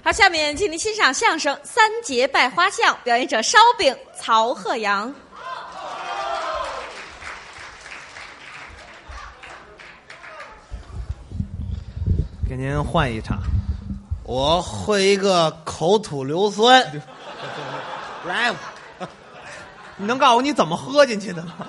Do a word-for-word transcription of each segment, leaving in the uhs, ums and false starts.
好，下面请您欣赏相声《三节拜花巷》，表演者烧饼、曹鹤阳。 给您换一场， 我会一个口吐硫酸，来吧， 你能告诉我你怎么喝进去的吗？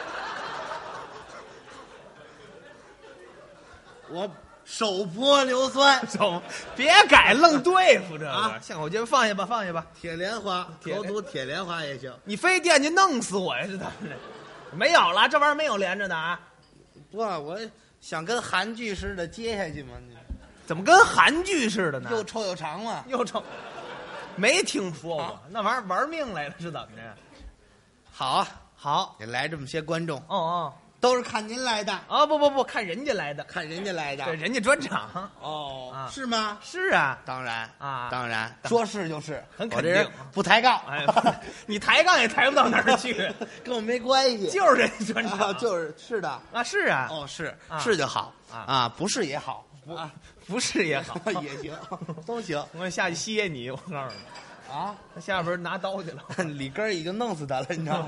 我手泼硫酸， 手别改，愣对付这个。 啊巷口街放下吧，放下吧。 铁莲花， 铁口吐铁莲花也行。 你非惦记弄死我呀？是怎么着？没有了，这玩意儿没有连着的啊。 不，我想跟韩剧似的接下去嘛。 怎么跟韩剧似的呢？ 又臭又长嘛。 又臭，没听说过。 啊那玩意儿玩命来了是怎么着？ 好啊， 好， 也来这么些观众， 哦哦， 都是看您来的， 啊不不不，看人家来的， 看人家来的。 这人家专场。 哦， 啊是吗？ 是啊， 当然啊当然，说是就是， 很肯我这人定不抬杠。 哎，你抬杠也抬不到哪儿去， 跟我没关系。 就是人家专场， 啊，就是是的。 啊是啊， 哦，是啊是就好啊啊，不是也好， 不啊不是也好， 也行，都行我下去歇你，我告诉你， 啊。 他下边拿刀去了。 里根儿已经弄死他了，你知道吗？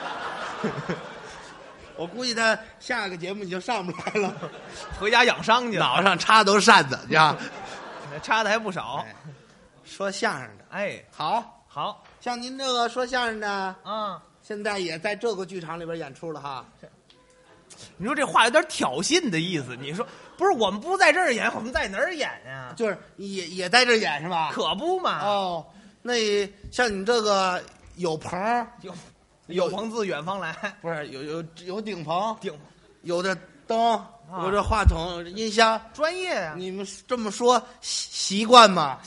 我估计他下个节目已经上不来了， 回家养伤去了， 脑上插都是扇子，你知道。 插的还不少。 哎说相声的， 哎， 好好像您这个说相声的， 啊， 现在也在这个剧场里边演出了哈。 你说这话有点挑衅的意思。你说不是我们不在这儿演，我们在哪儿演呀？ 就是也也在这演是吧？ 可不嘛。 哦，那像你这个有棚儿， 有有朋自远方来， 不是有有有顶棚， 顶有这灯，有这话筒，有这音箱， 专业呀。 你们这么说习习惯吗？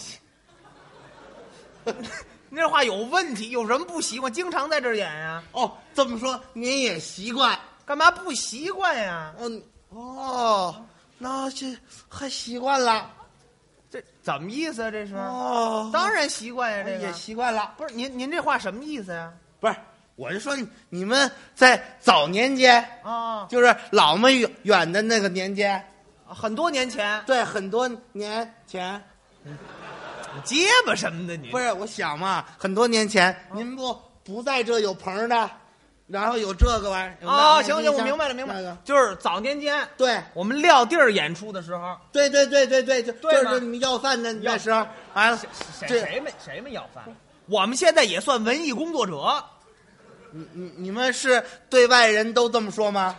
你这话有问题，有什么不习惯？经常在这儿演呀， 哦，这么说您也习惯？ 干嘛不习惯呀？ 哦你哦，那这还习惯了这怎么意思啊？这是？ 哦， 当然习惯呀，这也个习惯了。 不是您您这话什么意思呀？ 不是，我是说你你们在早年间， 啊， 就是老么远远的那个年间， 很多年前， 对，很多年前。 结巴什么的你不是，我想嘛，很多年前，您不不在这有棚的，然后有这个玩意儿。有那啊？ 那行行， 音箱我明白了，明白那个了，就是早年间对我们撂地儿演出的时候， 对对对对对，就对吗就是你们要饭的要那时候，完了， 谁这谁没谁没要饭？我们现在也算文艺工作者， 你你你们是对外人都这么说吗？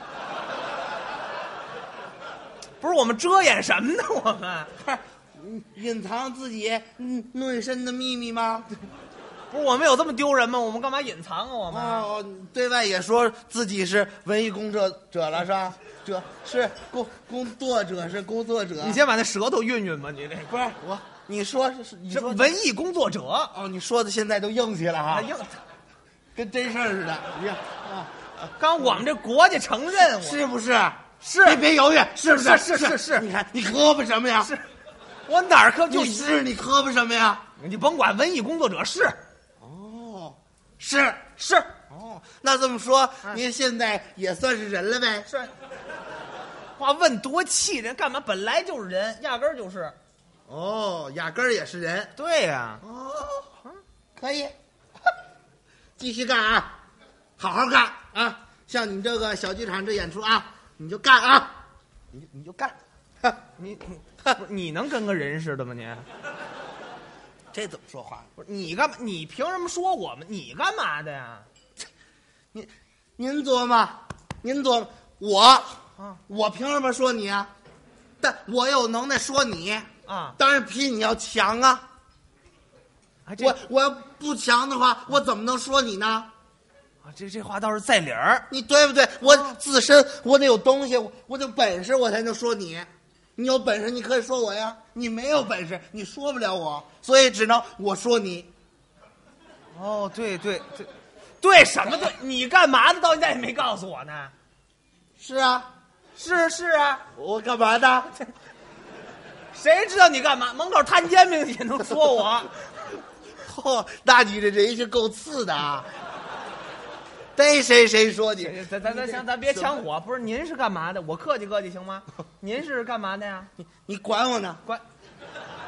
不是我们遮掩什么呢？我们不是，嗯隐藏自己嗯内身的秘密吗？ 不是我们有这么丢人吗？我们干嘛隐藏啊？我们、 哦，对外也说自己是文艺工作者了是吧？者是工工作者是工作者。 你先把那舌头运运吧，你这不是我，你说是你是说文艺工作者哦，你说的现在都硬气了哈啊，，硬。 跟真事儿似的。你看啊， 刚我们这国家承认我是不是？ 是别别犹豫，是不是是是是你看你磕巴什么呀？ 是，我哪儿可就就是你磕巴什么呀？ 你甭管文艺工作者是哦，是是哦，那这么说， 哎您现在也算是人了呗？ 是，话问多气人，干嘛？本来就是人，压根儿就是。 哦，压根儿也是人。 对呀、 哦，可以，继续干啊，好好干啊！像你这个小剧场这演出啊，你就干啊，你就你就干，哈你你不是你能跟个人似的吗？你这怎么说话？ 不是你干嘛？你凭什么说我们？你干嘛的呀？ 您您琢磨，您琢磨，我啊我凭什么说你啊？但我有能耐说你， 啊！ 当然比你要强啊！ 啊这我我要不强的话，我怎么能说你呢？ 啊这这话倒是在理儿。 你对不对？我自身我得有东西，我我有本事，我才能说你。你有本事，你可以说我呀；你没有本事，你说不了我，所以只能我说你。 哦，对对对，对什么对？你干嘛的？到现在也没告诉我呢。 是啊， 是是啊， 我干嘛的？ 谁知道你干嘛？门口摊煎饼也能说我。 嚯、那你这人是够次的啊！逮谁谁说你。 咱咱咱行，咱别抢火。不是您是干嘛的？我客气客气行吗？您是干嘛的呀？ 你管我呢？ 管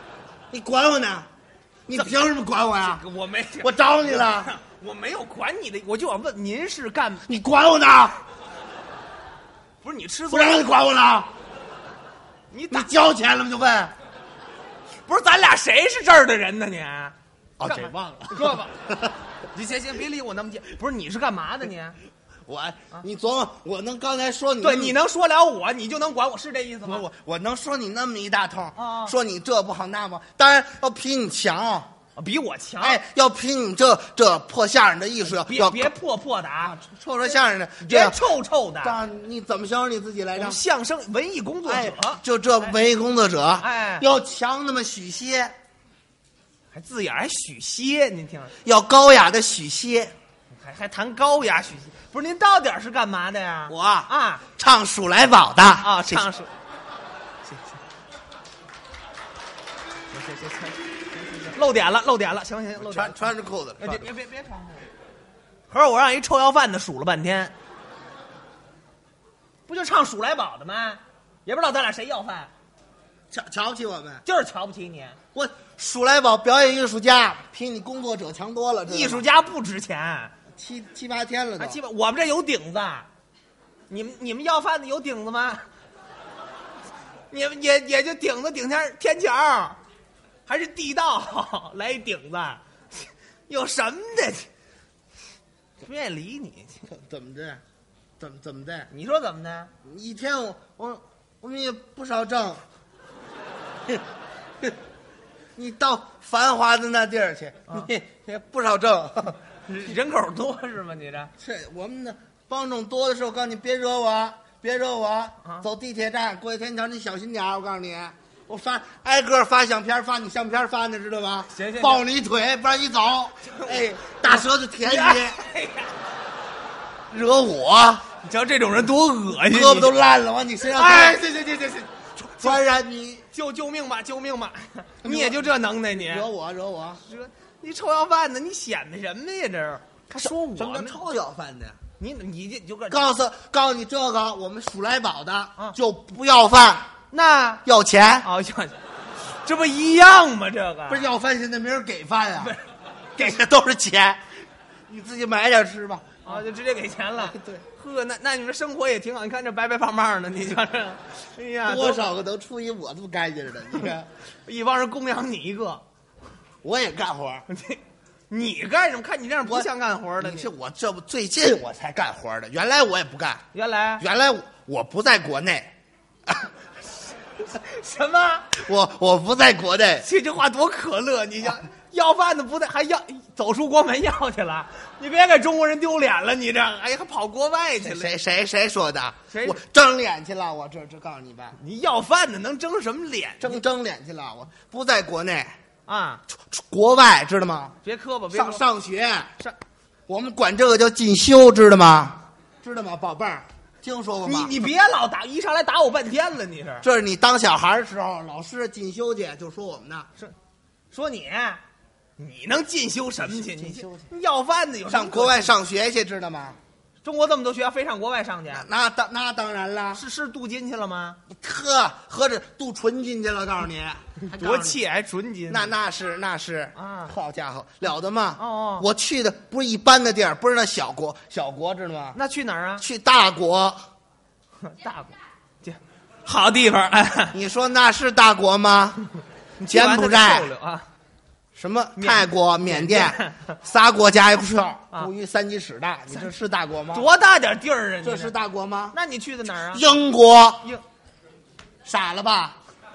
你管我呢？你凭什么管我呀？ 我没， 我找你了， 我没有管你的，我就想问您是干？ 你管我呢？ 不是你吃不让你管我了？ 你打你交钱了吗？就问。 不是咱俩谁是这儿的人呢？你哦， 干嘛这忘了， 说吧。你行行，别理我那么近。不是你是干嘛的你？ 我，你琢磨，我能刚才说你， 对，你能说了我，你就能管我，是这意思吗？ 我我能说你那么一大通， 啊说你这不好那不好，当然要比你强。 比我强。 哎，要拼你这这破相声的艺术，要别要别破破的啊， 说说相声的， 别这臭臭的。 这你怎么形容你自己来着我们？相声文艺工作哎者，， 就这文艺工作者， 哎要强那么许些， 还字眼儿还许歇，您听着， 要高雅的许些。 还还谈高雅许歇。不是您到底是干嘛的呀？ 我啊， 啊唱数来宝的啊， 这唱是。行行行行行，漏点了，漏点了，行行行，漏点穿了。 穿着裤子， 哎， 穿着别别别别穿上。合着我让一臭要饭的数了半天，不就唱数来宝的吗？也不知道咱俩谁要饭， 瞧瞧不起我们。 就是瞧不起你。 我数来宝表演艺术家比你工作者强多了，知道吗艺术家不值钱， 七七八天了都还。基本我们这有顶子，你们你们要饭的有顶子吗？你们也也就顶子顶天天桥，还是地道来一顶子，有什么的？不愿意理你， 怎么的？怎么怎么的？ 你说怎么的？ 一天我我我们也不少挣。你到繁华的那地儿去， 啊你也不少挣。 人口多是吗？你这这我们的帮众多的时候，告诉你别惹我，别惹我。 啊走地铁站过一天桥，你小心点儿我告诉你，我发挨个发相片，发你相片发的，知道吗？ 行行行抱你一腿，不让你走。哎，大舌头舔你， 哎呀惹我， 你瞧这种人多恶心， 胳膊都烂了，往你身上哎， 拍， 行行行行行， 传染你， 救救命吧，救命吧！你也就这能耐，你惹我，惹我。 说你臭要饭的，你显摆什么呀？这是还说我什么们叫臭要饭的？ 你你这你就个告诉告诉你这个，我们数来宝的、 啊就不要饭， 那要钱。 哦，要这不一样吗？这个不是要饭，现在没人给饭呀、 不是给的都是钱，你自己买点吃吧。 啊，就直接给钱了。 对， 呵，那那你们生活也挺好。你看这白白胖胖的，你瞧这，哎呀， 多少个都出一我这么干净的，你看， 一帮人供养你一个， 我也干活。 你你干什么？看你这样不像干活的。 你是我这不最近我才干活的，原来我也不干。 原来原来我我不在国内， 什么？ 我我不在国内。 这句话多可乐！你想要饭的不在，还要走出国门要去了？你别给中国人丢脸了！你这哎，还跑国外去了？ 谁谁谁说的？ 谁我争脸去了，我这这告诉你吧， 你要饭的能争什么脸？ 争争脸去了，我不在国内， 啊！ 出出国外知道吗？ 别磕巴，别上磕上学， 上， 我们管这个叫进修，知道吗？知道吗，宝贝儿？听说过吗？ 你你别老打，一上来打我半天了，你是这是你当小孩的时候，老师进修去就说我们呢， 说你你能进修什么去？你进修去你要饭的有什么上国外上学去，知道吗？ 中国这么多学校，非上国外上去？ 那当那当然了， 是是镀金去了吗？ 呵，合着镀纯金去了，告诉你，还告诉你多气还纯金？ 那那是那是啊好家伙，了得吗？ 哦哦我去的不是一般的地儿，不是那小国小国，知道吗？ 那去哪儿啊？ 去大国， 大国，这好地方哎！ 你说那是大国吗？柬埔去完寨再受了啊， 什么缅泰国、缅甸甸仨国加一块儿， 啊不与三级使的，你这是大国吗？ 多大点地儿啊？你这是大国吗？ 那你去的哪儿啊？ 英国， 英傻了吧？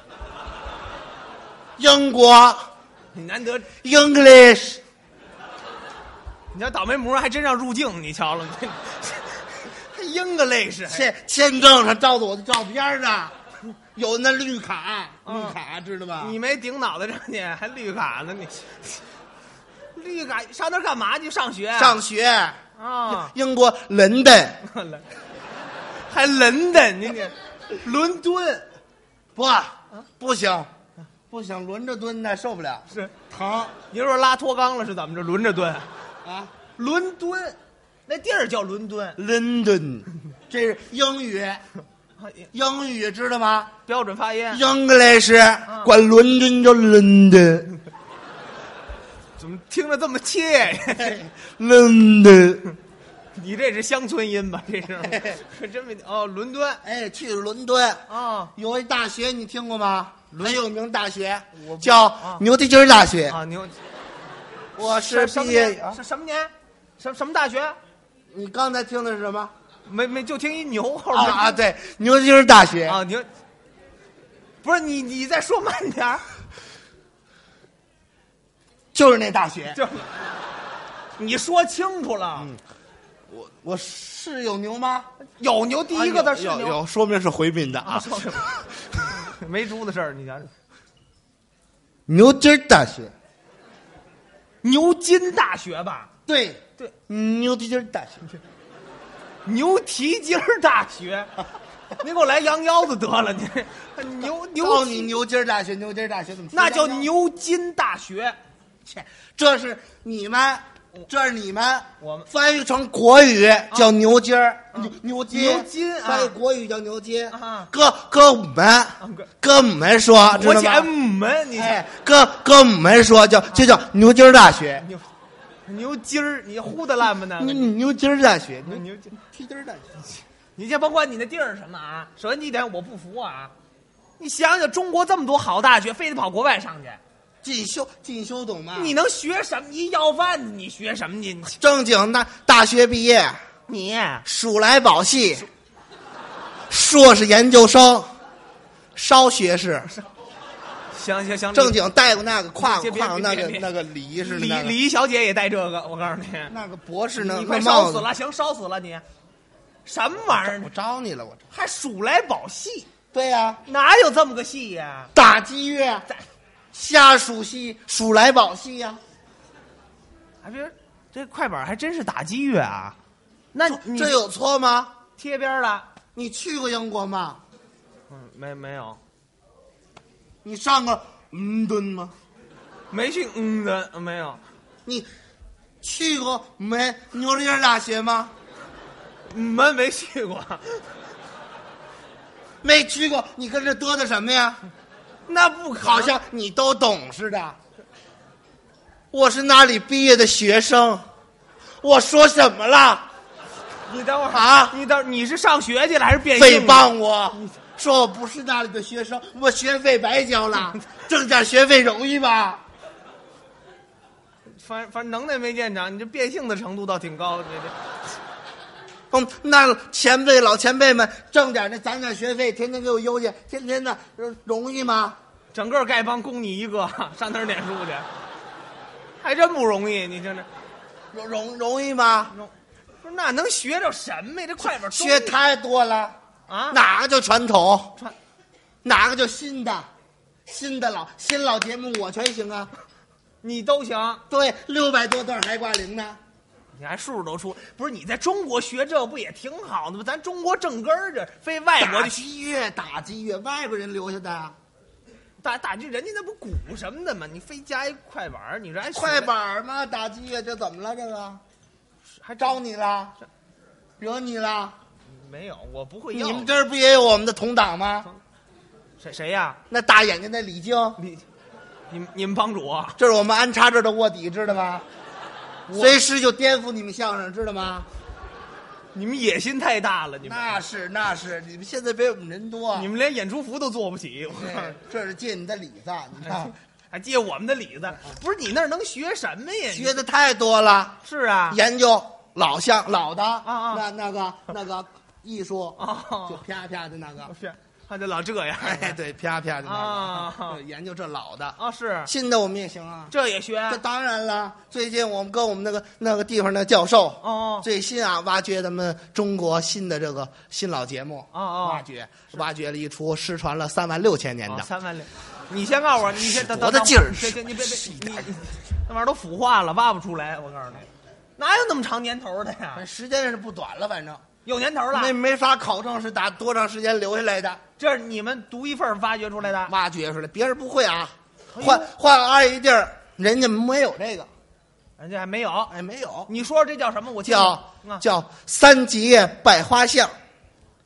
英国你难得， ，English， 你瞧倒霉模还真让入境，你瞧了，还英个类似， 签签证上照的我的照片呢，有那绿卡， 嗯绿卡知道吧？ 你没顶脑袋上去，还绿卡呢你？绿卡上那儿干嘛去？上学？ 上学， 啊？ 英国伦敦， 还伦敦？你你伦敦不，不行，不行，轮着蹲的受不了， 是？ 疼你说拉脱肛了是怎么着？轮着蹲？ 啊！ 伦敦，那地儿叫伦敦伦敦，这是英语， 英语知道吗？ 标准发音。 English，管伦敦叫伦敦， 怎么听着这么切？ 伦敦。 你这是乡村音吧？这是，可真没哦，伦敦。 哎，去伦敦啊， 有一大学你听过吗？很有名大学我不叫啊牛蹄筋大学。 啊，牛， 我是什么毕业年？是什么年？什什么大学？ 你刚才听的是什么？ 没没，就听一牛后啊面啊，对，牛蹄筋大学。 啊，牛，不是你，你再说慢点儿。 就是那大学。 就你说清楚了， 嗯我我是有牛吗？ 有牛，第一个字是牛， 有有，说明是回民的啊， 啊。 说什么？没猪的事儿，你瞧瞧。 牛筋大学， 牛津大学吧？ 对对， 牛蹄筋大学。 牛蹄筋儿大学，您给我来羊腰子得了，你牛告牛诉你牛筋大学，牛筋大学怎么说？ 那叫牛津大学。 切，这是你们，这是你们， 我们翻译成国语叫牛筋儿，牛牛筋， 牛筋啊翻译国语叫牛筋啊。 搁搁我们，搁我们说，知道国前吗？ 门，你哎，搁搁我们说叫就叫牛筋儿大学， 牛牛筋儿，你呼的烂吧那个？ 牛牛筋儿大学， 牛牛筋， 蹄筋儿大学。 你先甭管你那地儿是什么啊，首先第一点我不服啊，你想想中国这么多好大学，非得跑国外上去， 进修进修懂吗？ 你能学什么？你要饭的，你学什么去？你正经大大学毕业， 你数来宝系，硕士研究生，烧学士， 行行行， 正经带过那个跨别别过跨过那个别别那个礼仪似的李那个李小姐也带这个，我告诉你， 那个博士呢？ 你快那帽子烧死了，行，烧死了你，什么玩意我儿？ 招你了，我这。 还数来宝系， 对呀、 哪有这么个系呀？ 打击乐，下属系，数来宝系呀、 还别这快板还真是打击乐啊，那你这有错吗？ 贴边了？ 你去过英国吗？ 嗯，没没有， 你上过伦敦吗？ 没去嗯的没有， 你去过没牛津大学吗？ 门没去过， 没去过，你跟这嘚嘚什么呀？ 那不可能好像你都懂似的。我是那里毕业的学生，我说什么了？ 你等会儿啊你等你是上学去了还是变诽性了？ 谤我，说我不是那里的学生，我学费白交了，挣点学费容易吧？ 反反正能耐没见着，你这变性的程度倒挺高，你这。 嗯，那前辈老前辈们挣点那攒点学费，天天给我邮去，天天的容易吗？ 整个丐帮供你一个，上那儿念书去，还真不容易。你听着， 容容容易吗？ 不是那能学着什么呀？这快板学太多了啊！ 哪个就传统， 传哪个就新的，新的老新老节目我全行啊。 你都行， 对，六百多段还挂零呢。 你还数都出。不是你在中国学这不也挺好的吗？咱中国正根儿这，非外国打就击乐，打击乐，外国人留下的啊。 打打击人家那不鼓什么的吗？你非加一快板儿，你这还学快板儿嘛，打击乐，这怎么了？这个还招你了，惹你了？ 没有？我不会要。 你们这儿不也有我们的同党吗？ 谁谁呀？ 那大眼睛那李菁， 你你们你们帮主啊？ 这是我们安插这儿的卧底，知道吗？随时就颠覆你们相声，知道吗？ 你们野心太大了，你们那是那是，你们现在比我们人多， 你们连演出服都做不起，我哎这是借你的里子，你看还借我们的里子，不是你那儿能学什么呀？ 学的太多了， 是啊， 研究老相老的啊那那个那个艺术， 哦就啪啪的那个， 是还得老这样， 哎，对，啪啪的那啊个，对研究这老的啊，是新的我们也行啊。 这也学这当然了，最近我们跟我们那个那个地方的教授， 哦最新啊，挖掘咱们中国新的这个新老节目， 哦哦挖掘挖掘了一出失传了三万六千年的， 哦三万六，你先告诉我，你先等多大劲儿行行，你别别你你那玩意儿都腐化了，挖不出来，我告诉你，哪有那么长年头的呀？ 时间是不短了，反正有年头了， 没没法考证是打多长时间留下来的， 这是你们独一份儿挖掘出来的， 挖掘出来，别人不会啊。 哎呦换换二一地儿，人家没有这个， 人家还没有。 哎，没有， 你说说这叫什么？我听叫听啊叫三节百花巷。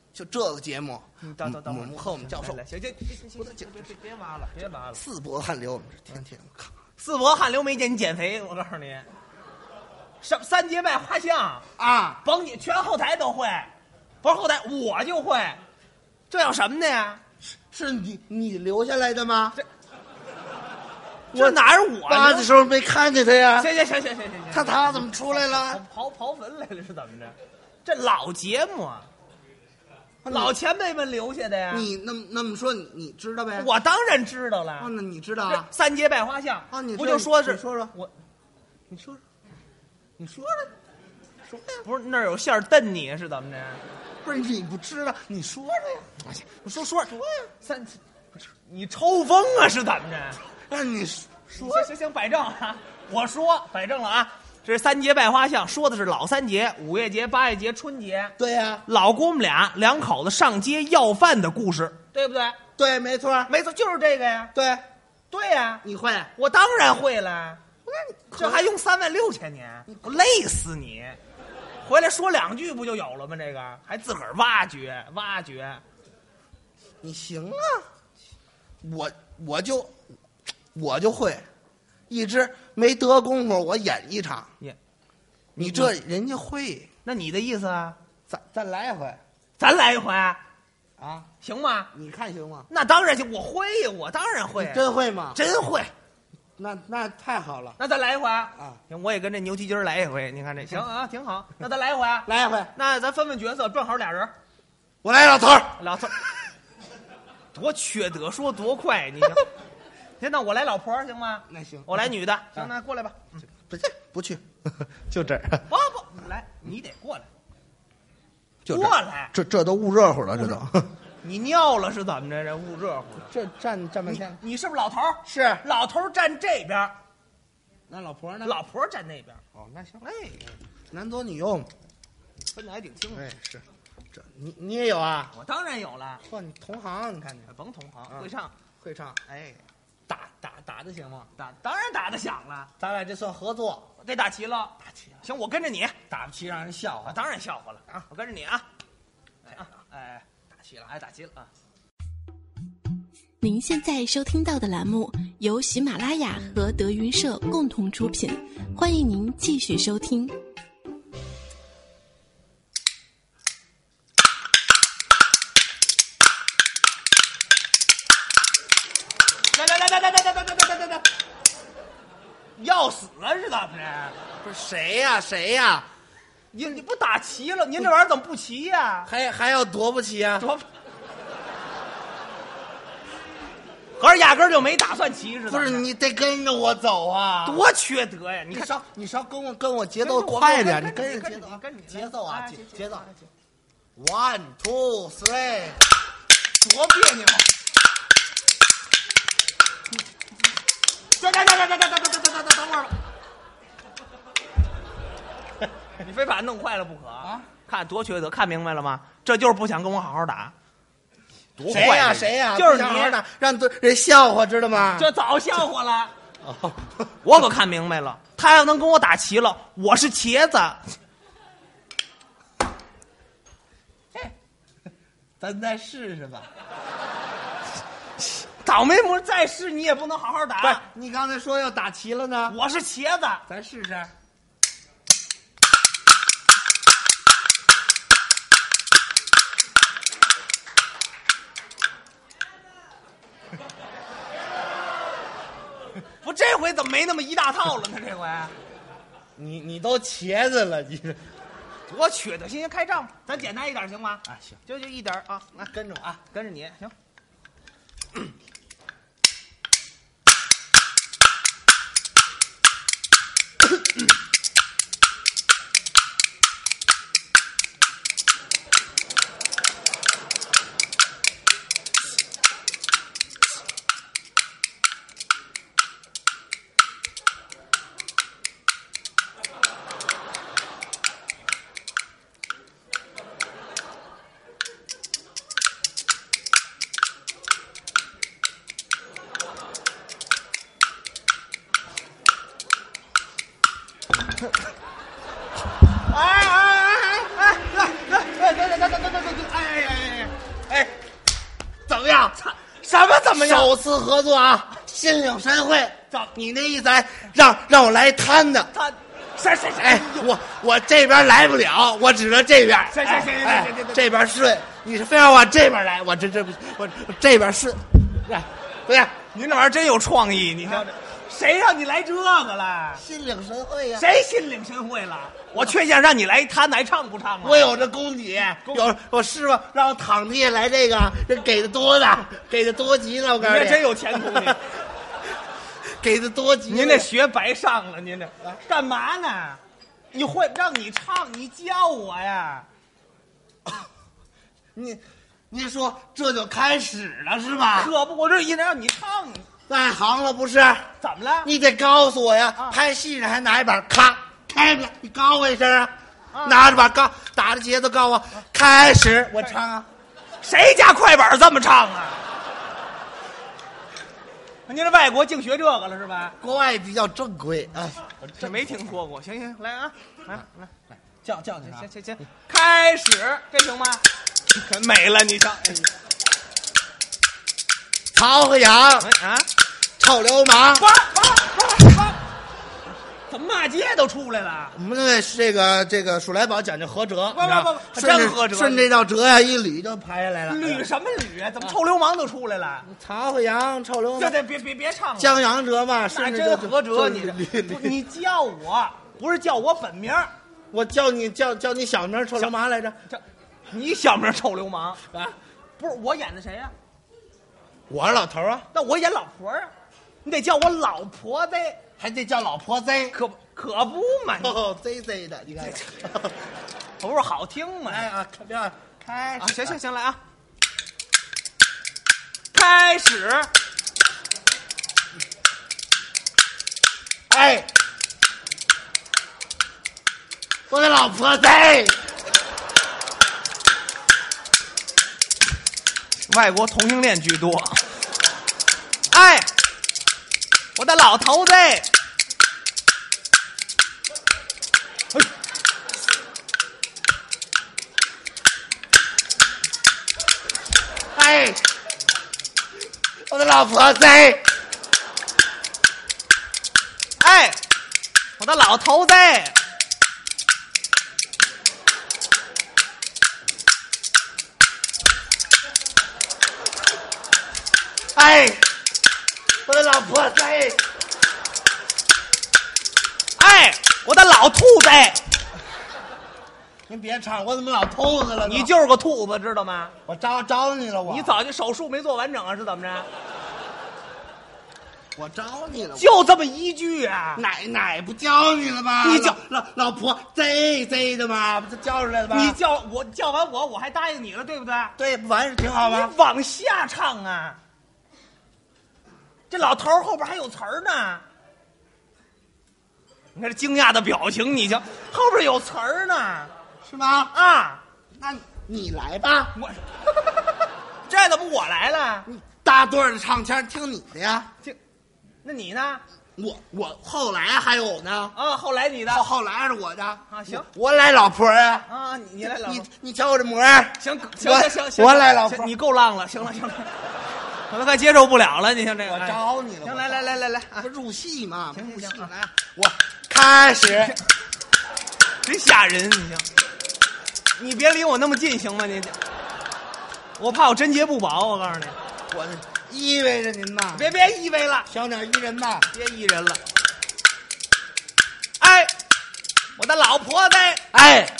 就这个节目， 等等等会儿， 母后我们教授， 行行行行行，别别别挖了，别挖了， 四博汗流，天天看四博汗流没见你减肥，我告诉你，什三节拜花香啊， 甭你全后台都会，不是后台我就会，这有什么的呀？ 是你你留下来的吗？ 这这哪是我挖的时候没看见他呀？ 行行行行行行行， 他他怎么出来了？ 刨刨坟来了是怎么着？这老节目啊，老前辈们留下的呀。 你那么那么说，你你知道呗？ 我当然知道了。 啊，那你知道啊？ 三节拜花香啊，你不就说是你说说我，你说说，你说说，说呀，不是那儿有线儿瞪你是怎么着？ 不是你不知道，你说说呀？ 我说说说呀，三，你抽风啊是怎么着？ 那你说行行行，摆正啊！我说摆正了啊！这是三节拜花香，说的是老三节：五月节、八月节、春节。 对呀， 老姑母俩两口子上街要饭的故事，对不对？ 对，没错， 没错，就是这个呀。 对， 对呀， 你会？ 我当然会了。 那你这还用三万六千年？我累死你！回来说两句不就有了吗？这个还自个儿挖掘挖掘， 你行啊！我我就我就会，一直没得功夫，我演一场。 演， 你这人家会， 那你的意思啊？ 再再来一回咱来一回， 啊？ 行吗？ 你看行吗？ 那当然行，我会呀，我当然会你，真会吗？ 真会。 那那太好了那再来一回啊！ 行，我也跟这牛蹄筋儿来一回，你看这行啊，挺好。那咱来一回， 来一回， 那咱分分角色，正好俩人。 我来老头儿， 老头儿多缺德，说多快，你行？行，那我来老婆儿行吗？ 那行， 我来女的，行， 啊那过来吧。 不去不去，就这儿， 不不，来，你得过来， 就这儿过来。 这这都捂热乎了，这都。 你尿了是怎么着？这捂热乎。 这站站半你天， 你是不是老头儿？ 是老头儿站这边， 那老婆呢？ 老婆儿站那边。 哦，那行， 哎， 男左女右， 分的还挺清楚。 哎是，这你你也有啊？ 我当然有了， 嚯，你同行，你看你甭同行， 啊会唱。 会唱， 哎， 打打打的行吗？ 打当然打得响了， 咱俩这算合作， 得打齐了。打齐，行，我跟着你。 打不齐让人笑话。 我当然笑话了啊！我跟着你啊！哎啊，哎，打齐了，哎，打齐了啊！ 您现在收听到的栏目由喜马拉雅和德云社共同出品，欢迎您继续收听。 来来来来来来来来来来来来！要死啊！是怎么着？ 不是谁呀谁呀？ 你你不打齐了？您这玩意儿怎么不齐呀？ 还还要夺不齐啊？ 多，合着压根儿就没打算齐是怎么着？ 不是你得跟着我走啊！ 多缺德呀！你看， 你稍你稍跟我跟我节奏跟着我快点，你跟着你跟着节奏啊跟着你节奏啊节哎节节奏哎节。 One two three， 多别扭！等等等等等等等等等等等会儿吧！你非把它弄坏了不可啊！看多缺德，看明白了吗？这就是不想跟我好好打。多谁呀谁呀？ 就是不想好好你， 打让对人笑话，知道吗？ 这早笑话了。 哦我可看明白了，他要能跟我打齐了，我是茄子。 咱再试试吧。 倒霉模再试你也不能好好不是打。 你刚才说要打齐了呢， 我是茄子。 咱试试。 不，这回怎么没那么一大套了呢？这回你你都茄子了，你这多缺德！行行，开账，咱简单一点行吗？ 啊行， 就就一点儿啊， 那跟着我啊。 跟着你行。哎哎哎哎哎哎！对对对对对对对！哎哎哎！ 样？ 什么怎么样？ 首次合作啊，心领神会。你那意思来让让我来摊的？ 他，谁谁谁？ 哎，我我这边来不了，我只能这边。 行行行行行行， 这边顺，你是非要往这边来，我这这我这边顺，对对呀。 您这玩意儿真有创意，你瞧这，谁让你来这个了？ 心领神会呀！ 谁心领神会了？我劝想让你来摊，还唱不唱啊？ 我有这功底，有我师傅让我躺地下来这个，这给的多的，给的多极了，我告诉你， 你这真有前途你。 给的多极了。 您这学白上了，您这干嘛呢？你会让你唱，你教我呀？ 你，你说这就开始了是吧？ 可不，我这一直让你唱， 在行了不是？ 怎么了？ 你得告诉我呀！ 啊、 拍戏上还拿一把咔开了，你告我一声啊！啊拿着把告打着节奏告我、啊、开始，我唱啊！ 谁家快板这么唱啊？您这外国净学这个了是吧？ 国外比较正规啊， 这没听说过。行行，来啊，来来来， 叫叫行行行行，开始，这行吗？可美了，你瞧。哎、 曹和杨啊， 臭流氓！ 呱呱呱呱！怎么骂街都出来了？ 我们这这个这个数来宝讲究合辙， 不不不，真合辙， 顺这道辙呀，一捋就排下来了。 捋什么捋啊？怎么臭流氓都出来了？ 曹和杨，臭流氓！ 这这别别别唱了， 江洋折嘛， 那真合辙。你你叫我不是叫我本名， 我叫你叫叫你小名臭流氓来着。 你小名臭流氓啊？不是我演的谁呀？ 我是老头啊， 那我演老婆啊，你得叫我老婆子。 还得叫老婆 Z， 可可不嘛？ 哦 ，Z Z 的，你看， 不是好听吗？ 哎啊，看这开始， 啊，行行行，来啊，开始。 哎，我的老婆 Z， 外国同性恋居多。哎。我的老头子， 哎，我的老婆子， 哎，我的老头子， 哎。我的老婆子， 哎，我的老兔子， 您别唱，我怎么老兔子了？ 你就是个兔子，知道吗？ 我招招你了，我你早就手术没做完整啊，是怎么着？ 我招你了， 就这么一句啊？ 奶奶不教你了吗？ 你叫老老婆 Z Z 的吗？不教出来了吧？ 你叫我叫完我，我还答应你了，对不对？ 对，不完是挺好吗？ 你往下唱啊！这老头后边还有词儿呢，你看这惊讶的表情，你瞧后边有词儿呢， 是吗？ 啊， 那你来吧， 我这怎么我来了？ 你大对儿的唱腔听你的呀， 听，那你呢？ 我我后来还有呢， 啊，后来你的， 后后来是我的啊，行， 我来老婆啊， 啊，你你来老婆， 你你瞧我这模样， 行行行行行， 我来老婆， 你够浪了，行了行了。我都快接受不了了，你像这个， 我招你了。 行，来来来来来， 不入戏嘛？ 行行行， 来，我开始。 真吓人，你行，你别离我那么近行吗？你，我怕我贞洁不保，我告诉你， 我依偎着您嘛。 别别依偎了， 小点依人吧， 别依人了。哎，我的老婆子， 哎，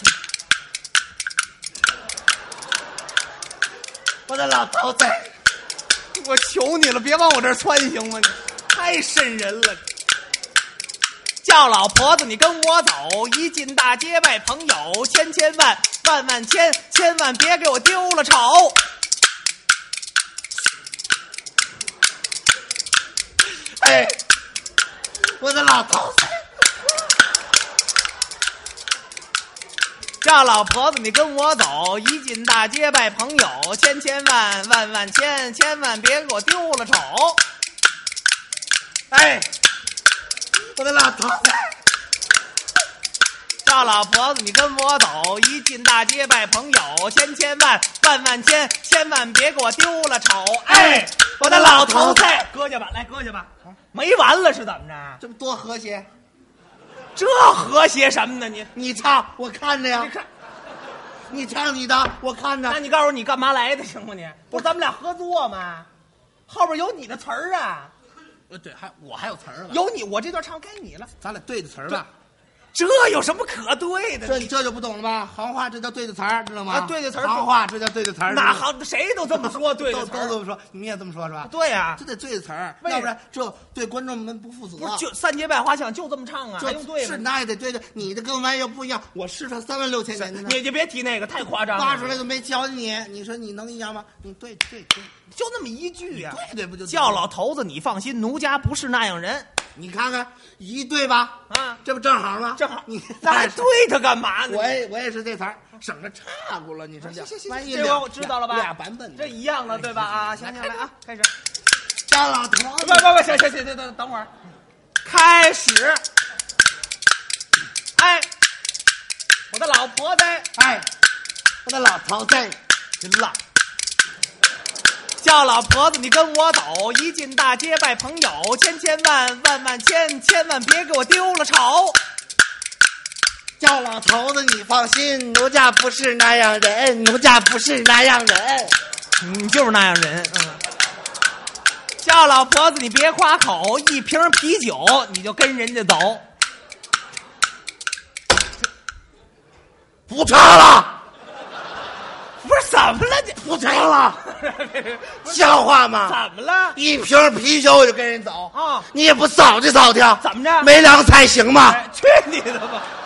我的老头子。 我求你了，别往我这儿窜行吗？你太瘆人了！叫老婆子，你跟我走，一进大街拜朋友，千千万万万千，千万别给我丢了丑。 哎，我的老头子！ 叫老婆子，你跟我走，一进大街拜朋友，千千万万万千，千万别给我丢了丑。 哎，我的老头子！ 叫老婆子你跟我走，一进大街拜朋友，千千万万万千，千万别给我丢了丑。哎，我的老头子，搁下吧，来搁下吧，没完了是怎么着？ 这不多和谐？ 这和谐什么呢？你你唱，我看着呀。 你看， 你唱你的，我看着。 那你告诉我你干嘛来的行不？你不是咱们俩合作吗？后边有你的词儿啊。 呃，对，还我还有词儿了。 有你，我这段唱该你了。 咱俩对着词儿吧。 这有什么可对的？ 这这就不懂了吧？行话这叫对着词儿，知道吗？ 啊，对着词儿。 行话这叫对着词儿。 哪行谁都这么说，对着词儿都这么说，你们也这么说是吧？ 对呀， 这得对着词儿，要不然这对观众们不负责。 不是，就三节拜花香就这么唱啊，还用对吗？ 是那也得对着，你的跟完又不一样。我试唱三万六千年的呢， 你就别提那个，太夸张了。 挖出来都没教你，你说你能一样吗？你对对对， 就那么一句呀、啊， 对对不就叫老头子，你放心，奴家不是那样人。 你看看一对吧？ 啊， 这不正好吗？ 正好， 你咱还对他干嘛呢？ 我也我也是这词儿，省着岔过了。你说这，万一这我知道了吧？ 俩版本， 这一样的对吧？啊，行行来啊，开始。 叫老头子， 不不不，行行行，等等会儿，开始。哎，我的老婆子， 哎，我的老头子， 行了。叫老婆子你跟我走，一进大街拜朋友，千千万万万千，千万别给我丢了丑。 叫老头子你放心，奴家不是那样人，奴家不是那样人， 你就是那样人。嗯。叫老婆子你别夸口，一瓶啤酒你就跟人家走。 不唱了。 不是怎么了？你不唱了，像话吗？ 怎么了？ 一瓶啤酒我就跟人走啊！ 你也不扫听扫听， 怎么着？ 没两个才行吗？ 哎，去你的吧！